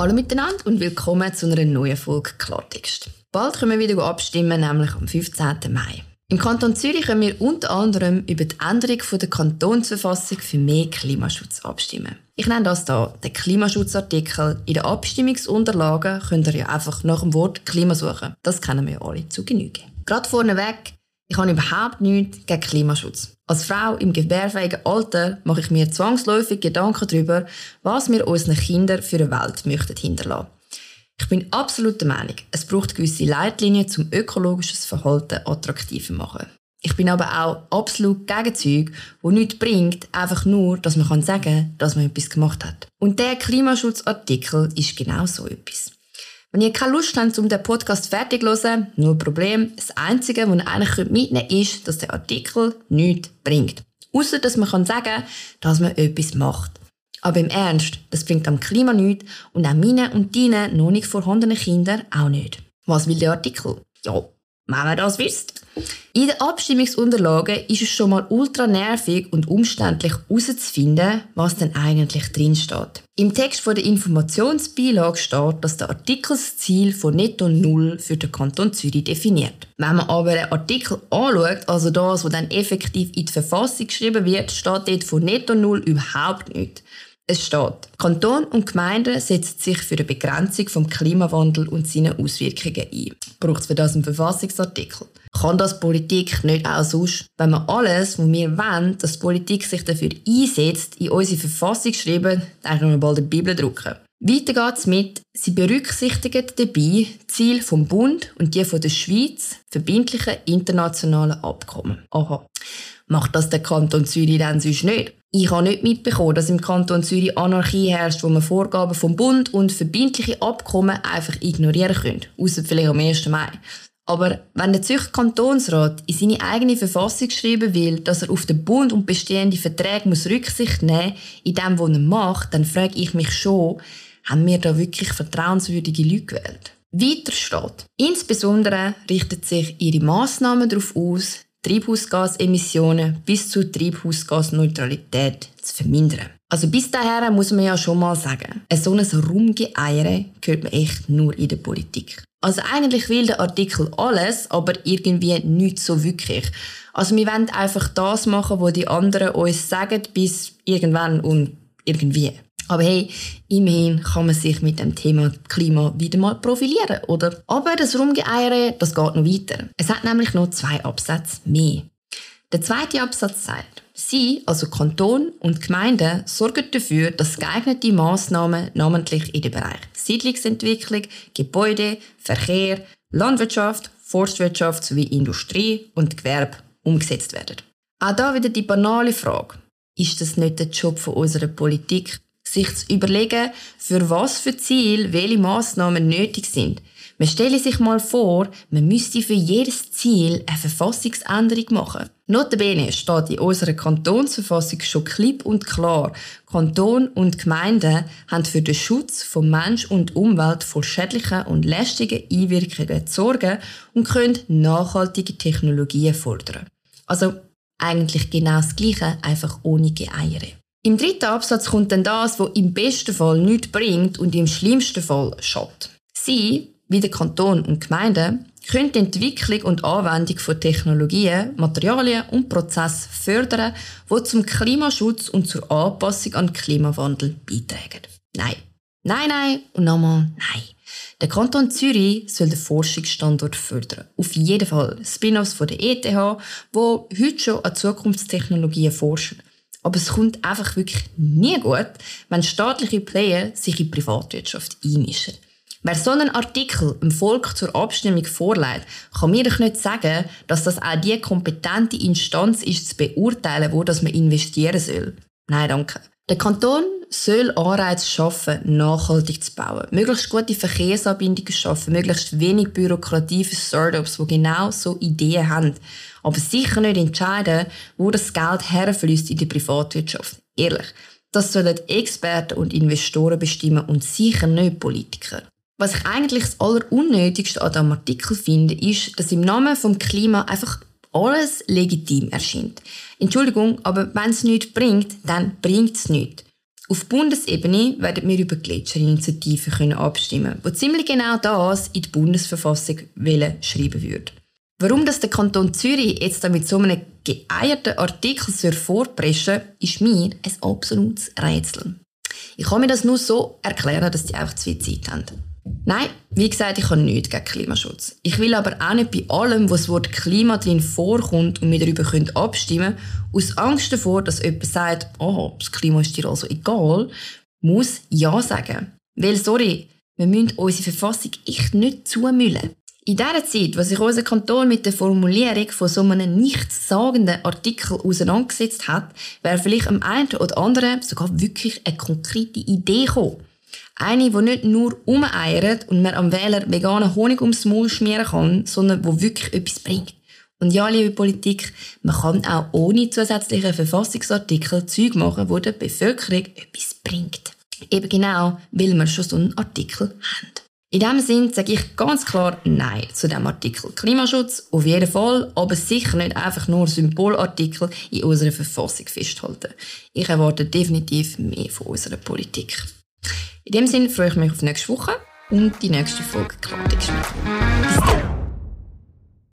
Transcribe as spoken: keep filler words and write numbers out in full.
Hallo miteinander und willkommen zu einer neuen Folge Klartext. Bald können wir wieder abstimmen, nämlich am fünfzehnten Mai. Im Kanton Zürich können wir unter anderem über die Änderung der Kantonsverfassung für mehr Klimaschutz abstimmen. Ich nenne das hier den Klimaschutzartikel. In den Abstimmungsunterlagen könnt ihr ja einfach nach dem Wort Klima suchen. Das kennen wir ja alle zu Genüge. Gerade vorneweg, ich habe überhaupt nichts gegen Klimaschutz. Als Frau im gebärfähigen Alter mache ich mir zwangsläufig Gedanken darüber, was wir unseren Kindern für eine Welt möchten hinterlassen. Ich bin absolut der Meinung, es braucht gewisse Leitlinien, um ökologisches Verhalten attraktiver zu machen. Ich bin aber auch absolut gegen Zeug, das nichts bringt, einfach nur, dass man sagen kann, dass man etwas gemacht hat. Und der Klimaschutzartikel ist genau so etwas. Wenn ihr keine Lust habt, um den Podcast fertig zu hören, nur Problem. Das Einzige, was ihr eigentlich mitnehmen könnt, ist, dass der Artikel nichts bringt. Ausser, dass man sagen kann, dass man etwas macht. Aber im Ernst, das bringt am Klima nichts und auch meinen und deinen noch nicht vorhandenen Kindern auch nicht. Was will der Artikel? Ja, wenn man das wisst. In den Abstimmungsunterlagen ist es schon mal ultra nervig und umständlich herauszufinden, was denn eigentlich drin steht. Im Text der Informationsbeilage steht, dass der Artikel das Ziel von Netto Null für den Kanton Zürich definiert. Wenn man aber den Artikel anschaut, also das, was dann effektiv in die Verfassung geschrieben wird, steht dort von Netto Null überhaupt nichts. Es steht, Kanton und Gemeinden setzen sich für eine Begrenzung vom Klimawandel und seinen Auswirkungen ein. Braucht es für das einen Verfassungsartikel? Kann das Politik nicht auch sonst, wenn wir alles, was wir wollen, dass die Politik sich dafür einsetzt, in unsere Verfassung schreiben, dann können wir bald eine Bibel drucken. Weiter geht es mit, sie berücksichtigen dabei die Ziele vom Bund und die von der Schweiz verbindlichen internationalen Abkommen. Aha. Macht das der Kanton Zürich dann sonst nicht? Ich habe nicht mitbekommen, dass im Kanton Zürich Anarchie herrscht, wo man Vorgaben vom Bund und verbindliche Abkommen einfach ignorieren können. Ausser vielleicht am ersten Mai. Aber wenn der Zürcher Kantonsrat in seine eigene Verfassung schreiben will, dass er auf den Bund und bestehende Verträge muss Rücksicht nehmen muss, in dem, was er macht, dann frage ich mich schon, haben wir da wirklich vertrauenswürdige Leute gewählt? Weiter steht, insbesondere richtet sich ihre Massnahmen darauf aus, Treibhausgasemissionen bis zur Treibhausgasneutralität zu vermindern. Also bis dahin muss man ja schon mal sagen, so ein Rumgeeiere hört man echt nur in der Politik. Also eigentlich will der Artikel alles, aber irgendwie nicht so wirklich. Also wir wollen einfach das machen, was die anderen uns sagen, bis irgendwann und irgendwie. Aber hey, immerhin kann man sich mit dem Thema Klima wieder mal profilieren, oder? Aber das Rumgeeiere, das geht noch weiter. Es hat nämlich noch zwei Absätze mehr. Der zweite Absatz sagt, Sie, also Kanton und Gemeinden, sorgen dafür, dass geeignete Massnahmen, namentlich in den Bereichen Siedlungsentwicklung, Gebäude, Verkehr, Landwirtschaft, Forstwirtschaft sowie Industrie und Gewerbe umgesetzt werden. Auch da wieder die banale Frage. Ist das nicht der Job von unserer Politik, sich zu überlegen, für was für Ziel welche Massnahmen nötig sind? Man stelle sich mal vor, man müsste für jedes Ziel eine Verfassungsänderung machen. Notabene steht in unserer Kantonsverfassung schon klipp und klar, Kanton und Gemeinden haben für den Schutz von Mensch und Umwelt vor schädlichen und lästigen Einwirkungen zu sorgen und können nachhaltige Technologien fordern. Also eigentlich genau das Gleiche, einfach ohne Geeiere. Im dritten Absatz kommt dann das, was im besten Fall nichts bringt und im schlimmsten Fall schadet. Sie, wie der Kanton und Gemeinden, können die Entwicklung und Anwendung von Technologien, Materialien und Prozessen fördern, die zum Klimaschutz und zur Anpassung an den Klimawandel beitragen. Nein. Nein, nein und nochmal nein. Der Kanton Zürich soll den Forschungsstandort fördern. Auf jeden Fall. Spin-offs von der E T H, die heute schon an Zukunftstechnologien forschen. Aber es kommt einfach wirklich nie gut, wenn staatliche Player sich in die Privatwirtschaft einmischen. Wer so einen Artikel dem Volk zur Abstimmung vorlegt, kann mir doch nicht sagen, dass das auch die kompetente Instanz ist, zu beurteilen, wo das man investieren soll. Nein, danke. Der Kanton soll Anreize schaffen, nachhaltig zu bauen, möglichst gute Verkehrsanbindungen schaffen, möglichst wenig Bürokratie für Startups, die genau so Ideen haben. Aber sicher nicht entscheiden, wo das Geld herfließt in die Privatwirtschaft. Ehrlich, das sollen Experten und Investoren bestimmen und sicher nicht Politiker. Was ich eigentlich das Allerunnötigste an diesem Artikel finde, ist, dass im Namen vom Klima einfach alles legitim erscheint. Entschuldigung, aber wenn es nichts bringt, dann bringt es nichts. Auf Bundesebene werden wir über Gletscherinitiativen abstimmen können, die ziemlich genau das in die Bundesverfassung schreiben würde. Warum das der Kanton Zürich jetzt da mit so einem geeierten Artikel vorpreschen soll, ist mir ein absolutes Rätsel. Ich kann mir das nur so erklären, dass die einfach zu viel Zeit haben. Nein, wie gesagt, ich habe nichts gegen Klimaschutz. Ich will aber auch nicht bei allem, wo das Wort Klima drin vorkommt und wir darüber abstimmen können, aus Angst davor, dass jemand sagt, oh, das Klima ist dir also egal, muss Ja sagen. Weil, sorry, wir müssen unsere Verfassung echt nicht zumüllen. In dieser Zeit, wo sich unser Kanton mit der Formulierung von so einem nichtssagenden Artikel auseinandergesetzt hat, wäre vielleicht am einen oder anderen sogar wirklich eine konkrete Idee gekommen. Eine, die nicht nur rumeiert und man am Wähler veganen Honig ums Maul schmieren kann, sondern die wirklich etwas bringt. Und ja, liebe Politik, man kann auch ohne zusätzlichen Verfassungsartikel Zeug machen, die der Bevölkerung etwas bringt. Eben genau, weil wir schon so einen Artikel haben. In diesem Sinn sage ich ganz klar Nein zu diesem Artikel. Klimaschutz auf jeden Fall, aber sicher nicht einfach nur Symbolartikel in unserer Verfassung festhalten. Ich erwarte definitiv mehr von unserer Politik. In diesem Sinne freue ich mich auf nächste Woche und die nächste Folge Klartext mit. Bis dann.